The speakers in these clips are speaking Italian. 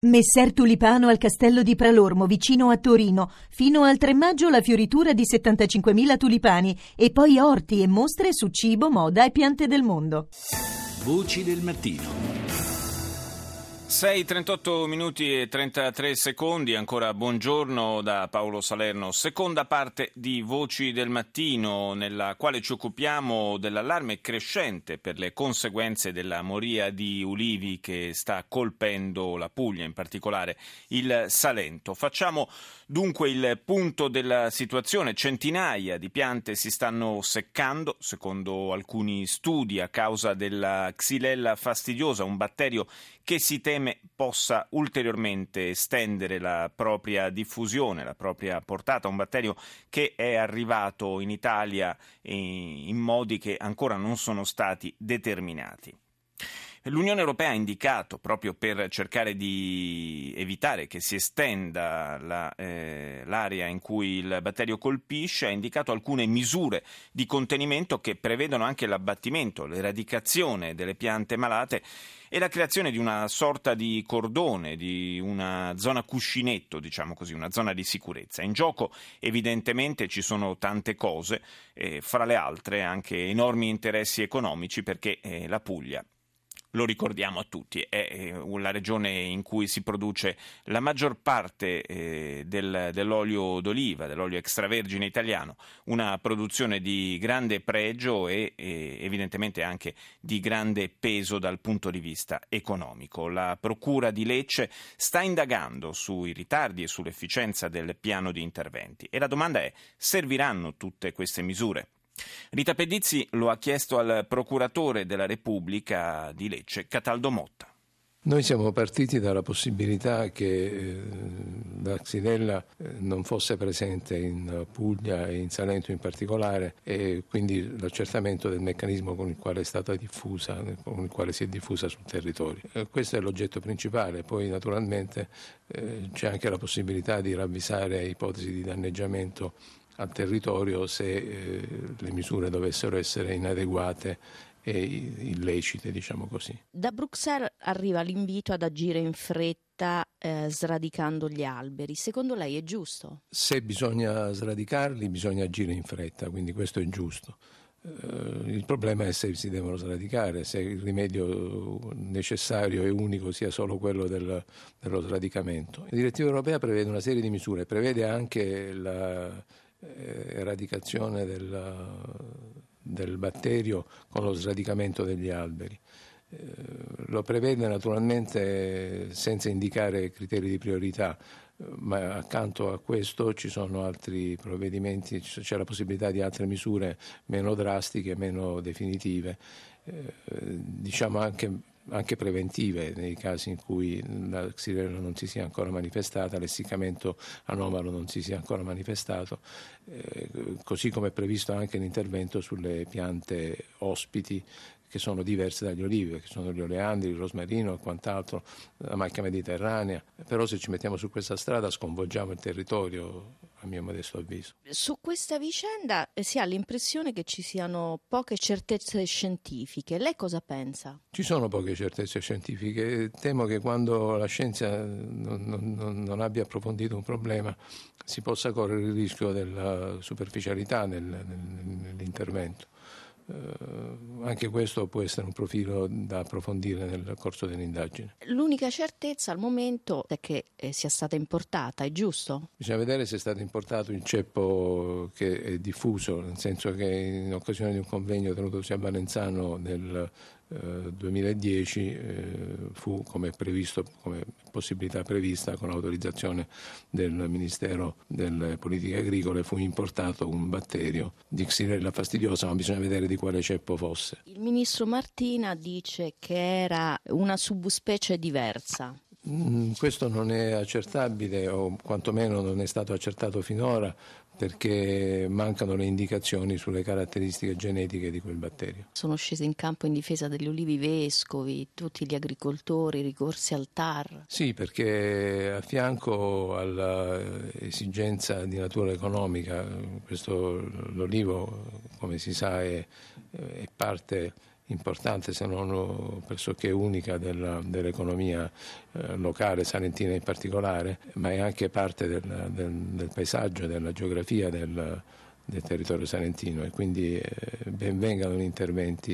Messer Tulipano al castello di Pralormo, vicino a Torino. Fino al 3 maggio la fioritura di 75.000 tulipani e poi orti e mostre su cibo, moda e piante del mondo. Voci del mattino. 6:38 minuti e 33 secondi, ancora buongiorno da Paolo Salerno. Seconda parte di Voci del Mattino, nella quale ci occupiamo dell'allarme crescente per le conseguenze della moria di ulivi che sta colpendo la Puglia, in particolare il Salento. Facciamo dunque il punto della situazione. Centinaia di piante si stanno seccando, secondo alcuni studi, a causa della Xylella fastidiosa, un batterio che si teme possa ulteriormente estendere la propria diffusione, la propria portata, un batterio che è arrivato in Italia in modi che ancora non sono stati determinati. L'Unione Europea ha indicato, proprio per cercare di evitare che si estenda l'area in cui il batterio colpisce, ha indicato alcune misure di contenimento che prevedono anche l'abbattimento, l'eradicazione delle piante malate e la creazione di una sorta di cordone, di una zona cuscinetto, diciamo così, una zona di sicurezza. In gioco evidentemente ci sono tante cose, fra le altre anche enormi interessi economici, perché la Puglia, lo ricordiamo a tutti, è la regione in cui si produce la maggior parte dell'olio d'oliva, dell'olio extravergine italiano, una produzione di grande pregio e evidentemente anche di grande peso dal punto di vista economico. La Procura di Lecce sta indagando sui ritardi e sull'efficienza del piano di interventi e la domanda è: serviranno tutte queste misure? Rita Pedizzi lo ha chiesto al procuratore della Repubblica di Lecce, Cataldo Motta. Noi siamo partiti dalla possibilità che la Xylella non fosse presente in Puglia e in Salento in particolare, e quindi l'accertamento del meccanismo con il quale è stata diffusa, con il quale si è diffusa sul territorio. Questo è l'oggetto principale. Poi naturalmente c'è anche la possibilità di ravvisare ipotesi di danneggiamento al territorio se le misure dovessero essere inadeguate e illecite, diciamo così. Da Bruxelles arriva l'invito ad agire in fretta sradicando gli alberi. Secondo lei è giusto? Se bisogna sradicarli bisogna agire in fretta, quindi questo è giusto. Il problema è se si devono sradicare, se il rimedio necessario e unico sia solo quello dello sradicamento. La direttiva europea prevede una serie di misure, prevede anche la eradicazione del batterio con lo sradicamento degli alberi. Lo prevede naturalmente senza indicare criteri di priorità, ma accanto a questo ci sono altri provvedimenti, c'è la possibilità di altre misure meno drastiche, meno definitive, diciamo anche preventive nei casi in cui la Xylella non si sia ancora manifestata, l'essiccamento anomalo non si sia ancora manifestato, così come è previsto anche l'intervento sulle piante ospiti che sono diverse dagli olivi, che sono gli oleandri, il rosmarino e quant'altro, la macchia mediterranea. Però se ci mettiamo su questa strada sconvolgiamo il territorio, a mio modesto avviso. Su questa vicenda si ha l'impressione che ci siano poche certezze scientifiche. Lei cosa pensa? Ci sono poche certezze scientifiche. Temo che quando la scienza non abbia approfondito un problema si possa correre il rischio della superficialità nell'intervento. Anche questo può essere un profilo da approfondire nel corso dell'indagine. L'unica certezza al momento è che sia stata importata, è giusto? Bisogna vedere se è stato importato il ceppo che è diffuso, nel senso che in occasione di un convegno tenutosi a Valenzano nel 2010 fu, come previsto, come possibilità prevista con autorizzazione del Ministero delle Politiche Agricole, fu importato un batterio di Xylella fastidiosa, ma bisogna vedere di quale ceppo fosse. Il ministro Martina dice che era una subspecie diversa. Questo non è accertabile, o quantomeno non è stato accertato finora, perché mancano le indicazioni sulle caratteristiche genetiche di quel batterio. Sono scesi in campo in difesa degli olivi vescovi, tutti gli agricoltori ricorsi al TAR. Sì, perché a fianco all'esigenza di natura economica, l'olivo, come si sa, è parte importante, se non pressoché unica, dell'economia locale, salentina in particolare, ma è anche parte del paesaggio, della geografia del territorio salentino, e quindi ben vengano gli interventi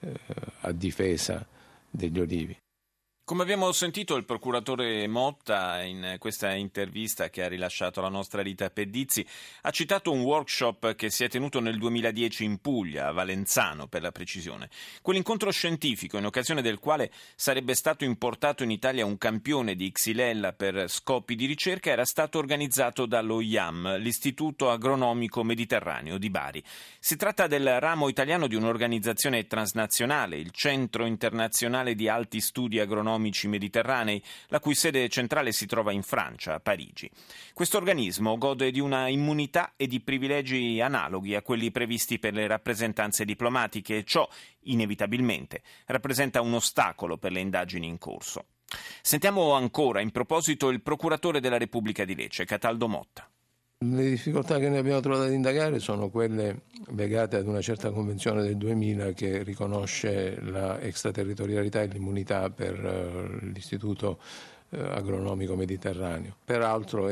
a difesa degli olivi. Come abbiamo sentito, il procuratore Motta, in questa intervista che ha rilasciato la nostra Rita Pedizzi, ha citato un workshop che si è tenuto nel 2010 in Puglia, a Valenzano per la precisione. Quell'incontro scientifico, in occasione del quale sarebbe stato importato in Italia un campione di Xylella per scopi di ricerca, era stato organizzato dallo IAM, l'Istituto Agronomico Mediterraneo di Bari. Si tratta del ramo italiano di un'organizzazione transnazionale, il Centro Internazionale di Alti Studi Agronomici Mediterranei, la cui sede centrale si trova in Francia, a Parigi. Questo organismo gode di una immunità e di privilegi analoghi a quelli previsti per le rappresentanze diplomatiche, e ciò, inevitabilmente, rappresenta un ostacolo per le indagini in corso. Sentiamo ancora, in proposito, il procuratore della Repubblica di Lecce, Cataldo Motta. Le difficoltà che noi abbiamo trovato ad indagare sono quelle legate ad una certa convenzione del 2000 che riconosce la extraterritorialità e l'immunità per l'Istituto Agronomico Mediterraneo. Peraltro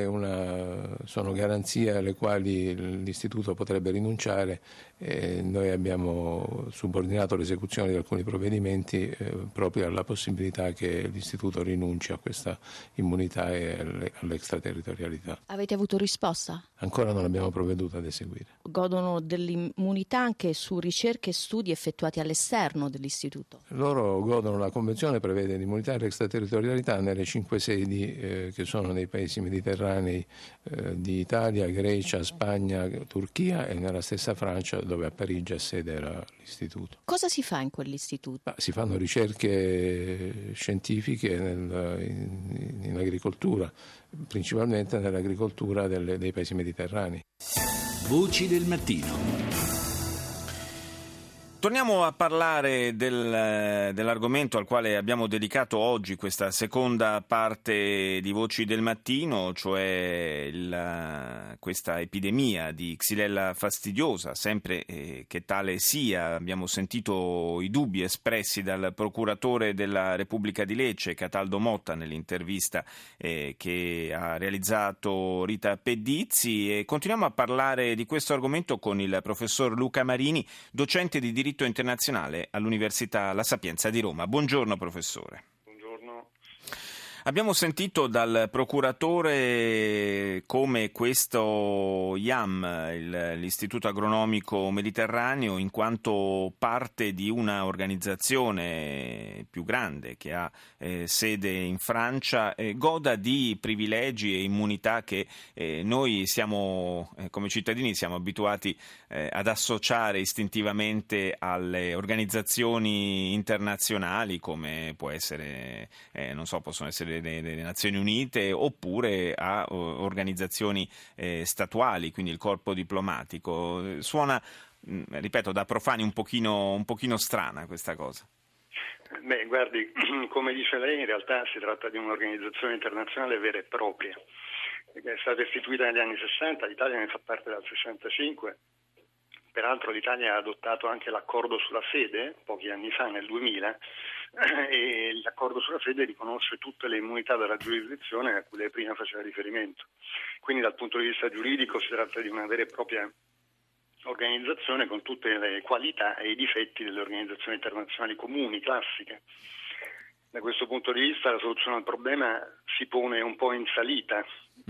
sono garanzie alle quali l'Istituto potrebbe rinunciare, e noi abbiamo subordinato l'esecuzione di alcuni provvedimenti proprio alla possibilità che l'Istituto rinunci a questa immunità e all'extraterritorialità. Avete avuto risposta? Ancora non abbiamo provveduto ad eseguire. Godono dell'immunità anche su ricerche e studi effettuati all'esterno dell'Istituto? Loro godono, la Convenzione prevede l'immunità e l'extraterritorialità nelle 5 sedi che sono nei paesi mediterranei di Italia, Grecia, Spagna, Turchia, e nella stessa Francia, dove a Parigi ha sede l'istituto. Cosa si fa in quell'istituto? Si fanno ricerche scientifiche in agricoltura, principalmente nell'agricoltura dei paesi mediterranei. Voci del mattino. Torniamo a parlare dell'argomento al quale abbiamo dedicato oggi questa seconda parte di Voci del Mattino, cioè questa epidemia di Xylella fastidiosa, sempre che tale sia. Abbiamo sentito i dubbi espressi dal procuratore della Repubblica di Lecce, Cataldo Motta, nell'intervista che ha realizzato Rita Pedizzi, e continuiamo a parlare di questo argomento con il professor Luca Marini, docente di diritto internazionale all'Università La Sapienza di Roma. Buongiorno professore. Buongiorno. Abbiamo sentito dal procuratore come questo IAM, l'Istituto Agronomico Mediterraneo, in quanto parte di una organizzazione più grande che ha sede in Francia, goda di privilegi e immunità che noi siamo, come cittadini, siamo abituati ad associare istintivamente alle organizzazioni internazionali, come può essere, possono essere delle Nazioni Unite, oppure a organizzazioni statuali, quindi il corpo diplomatico. Suona, ripeto, da profani un pochino strana questa cosa. Beh, guardi, come dice lei, in realtà si tratta di un'organizzazione internazionale vera e propria, che è stata istituita negli anni 60, l'Italia ne fa parte dal 65. Peraltro l'Italia ha adottato anche l'accordo sulla sede pochi anni fa, nel 2000, e l'accordo sulla sede riconosce tutte le immunità della giurisdizione a cui lei prima faceva riferimento. Quindi dal punto di vista giuridico si tratta di una vera e propria organizzazione con tutte le qualità e i difetti delle organizzazioni internazionali comuni, classiche. Da questo punto di vista la soluzione al problema si pone un po' in salita.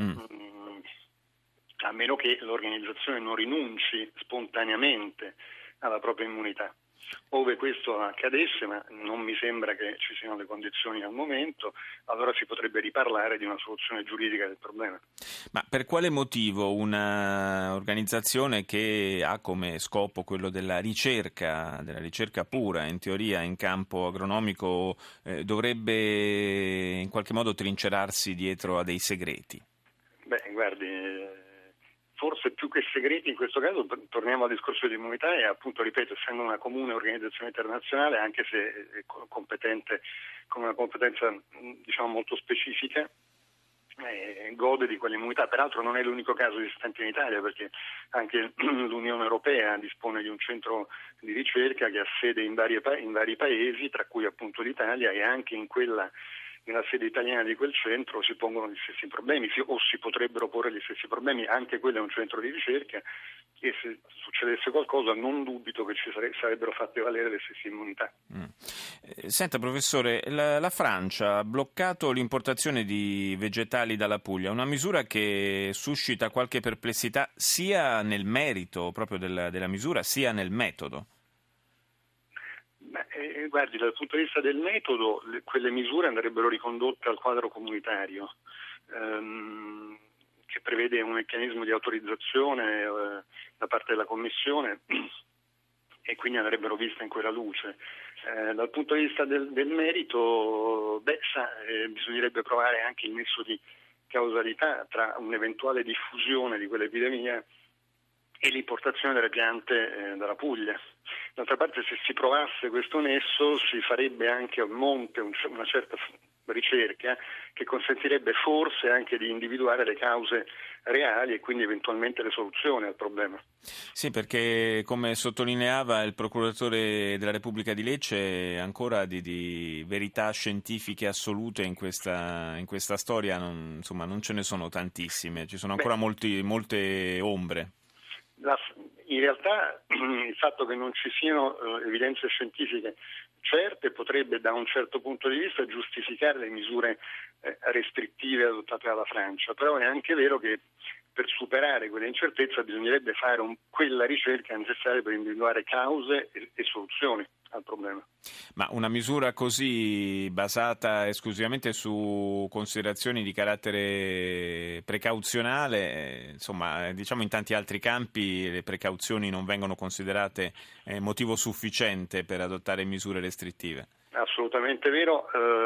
A meno che l'organizzazione non rinunci spontaneamente alla propria immunità. Ove questo accadesse, ma non mi sembra che ci siano le condizioni al momento, allora si potrebbe riparlare di una soluzione giuridica del problema. Ma per quale motivo una organizzazione che ha come scopo quello della ricerca pura, in teoria in campo agronomico, dovrebbe in qualche modo trincerarsi dietro a dei segreti? Beh, guardi, forse più che segreti in questo caso torniamo al discorso di immunità e appunto, ripeto, essendo una comune organizzazione internazionale, anche se è competente con una competenza diciamo molto specifica, gode di quell'immunità. Peraltro non è l'unico caso esistente in Italia, perché anche l'Unione Europea dispone di un centro di ricerca che ha sede in vari paesi, tra cui appunto l'Italia, e anche nella sede italiana di quel centro si pongono gli stessi problemi, o si potrebbero porre gli stessi problemi. Anche quello è un centro di ricerca e se succedesse qualcosa non dubito che ci sarebbero fatte valere le stesse immunità. Senta professore, la Francia ha bloccato l'importazione di vegetali dalla Puglia, una misura che suscita qualche perplessità sia nel merito proprio della misura sia nel metodo. Guardi, dal punto di vista del metodo, quelle misure andrebbero ricondotte al quadro comunitario, che prevede un meccanismo di autorizzazione da parte della Commissione, e quindi andrebbero viste in quella luce. Dal punto di vista del merito, bisognerebbe provare anche il nesso di causalità tra un'eventuale diffusione di quell'epidemia e l'importazione delle piante dalla Puglia. D'altra parte, se si provasse questo nesso, si farebbe anche a monte una certa ricerca che consentirebbe forse anche di individuare le cause reali e quindi eventualmente le soluzioni al problema. Sì, perché come sottolineava il procuratore della Repubblica di Lecce, ancora di verità scientifiche assolute in questa storia non ce ne sono tantissime, ci sono ancora molte ombre. In realtà il fatto che non ci siano evidenze scientifiche certe potrebbe da un certo punto di vista giustificare le misure restrittive adottate dalla Francia, però è anche vero che per superare quella incertezza bisognerebbe fare quella ricerca necessaria per individuare cause e soluzioni al problema. Ma una misura così basata esclusivamente su considerazioni di carattere precauzionale, diciamo in tanti altri campi le precauzioni non vengono considerate motivo sufficiente per adottare misure restrittive. Assolutamente vero.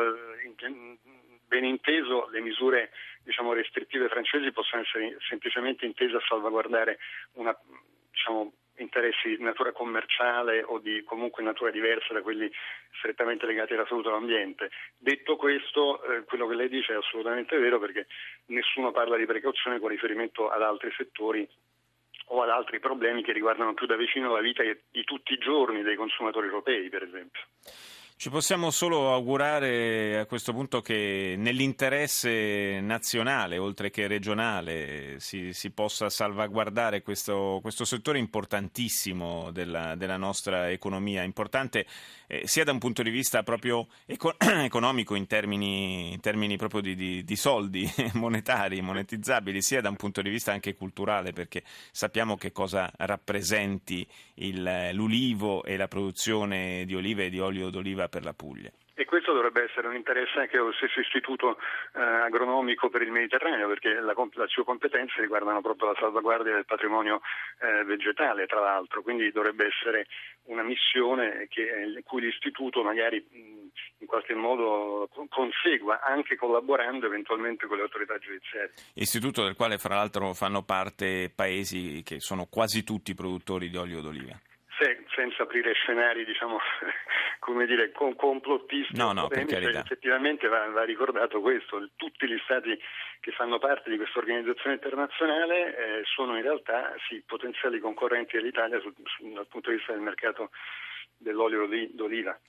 Ben inteso, le misure restrittive francesi possono essere semplicemente intese a salvaguardare interessi di natura commerciale o di comunque natura diversa da quelli strettamente legati alla salute e all'ambiente. Detto questo, quello che lei dice è assolutamente vero, perché nessuno parla di precauzione con riferimento ad altri settori o ad altri problemi che riguardano più da vicino la vita di tutti i giorni dei consumatori europei, per esempio. Ci possiamo solo augurare a questo punto che nell'interesse nazionale, oltre che regionale, si possa salvaguardare questo settore importantissimo della nostra economia, importante sia da un punto di vista proprio economico in termini proprio di soldi monetari, monetizzabili, sia da un punto di vista anche culturale, perché sappiamo che cosa rappresenti l'ulivo e la produzione di olive e di olio d'oliva per la Puglia. E questo dovrebbe essere un interesse anche dello stesso istituto agronomico per il Mediterraneo, perché la sue competenze riguardano proprio la salvaguardia del patrimonio vegetale, tra l'altro, quindi dovrebbe essere una missione cui l'istituto magari in qualche modo consegua, anche collaborando eventualmente con le autorità giudiziarie. Istituto del quale fra l'altro fanno parte paesi che sono quasi tutti produttori di olio d'oliva. Senza aprire scenari, complottisti. No, per carità. Effettivamente va ricordato questo: tutti gli stati che fanno parte di questa organizzazione internazionale sono in realtà potenziali concorrenti dell'Italia dal punto di vista del mercato dell'olio d'oliva.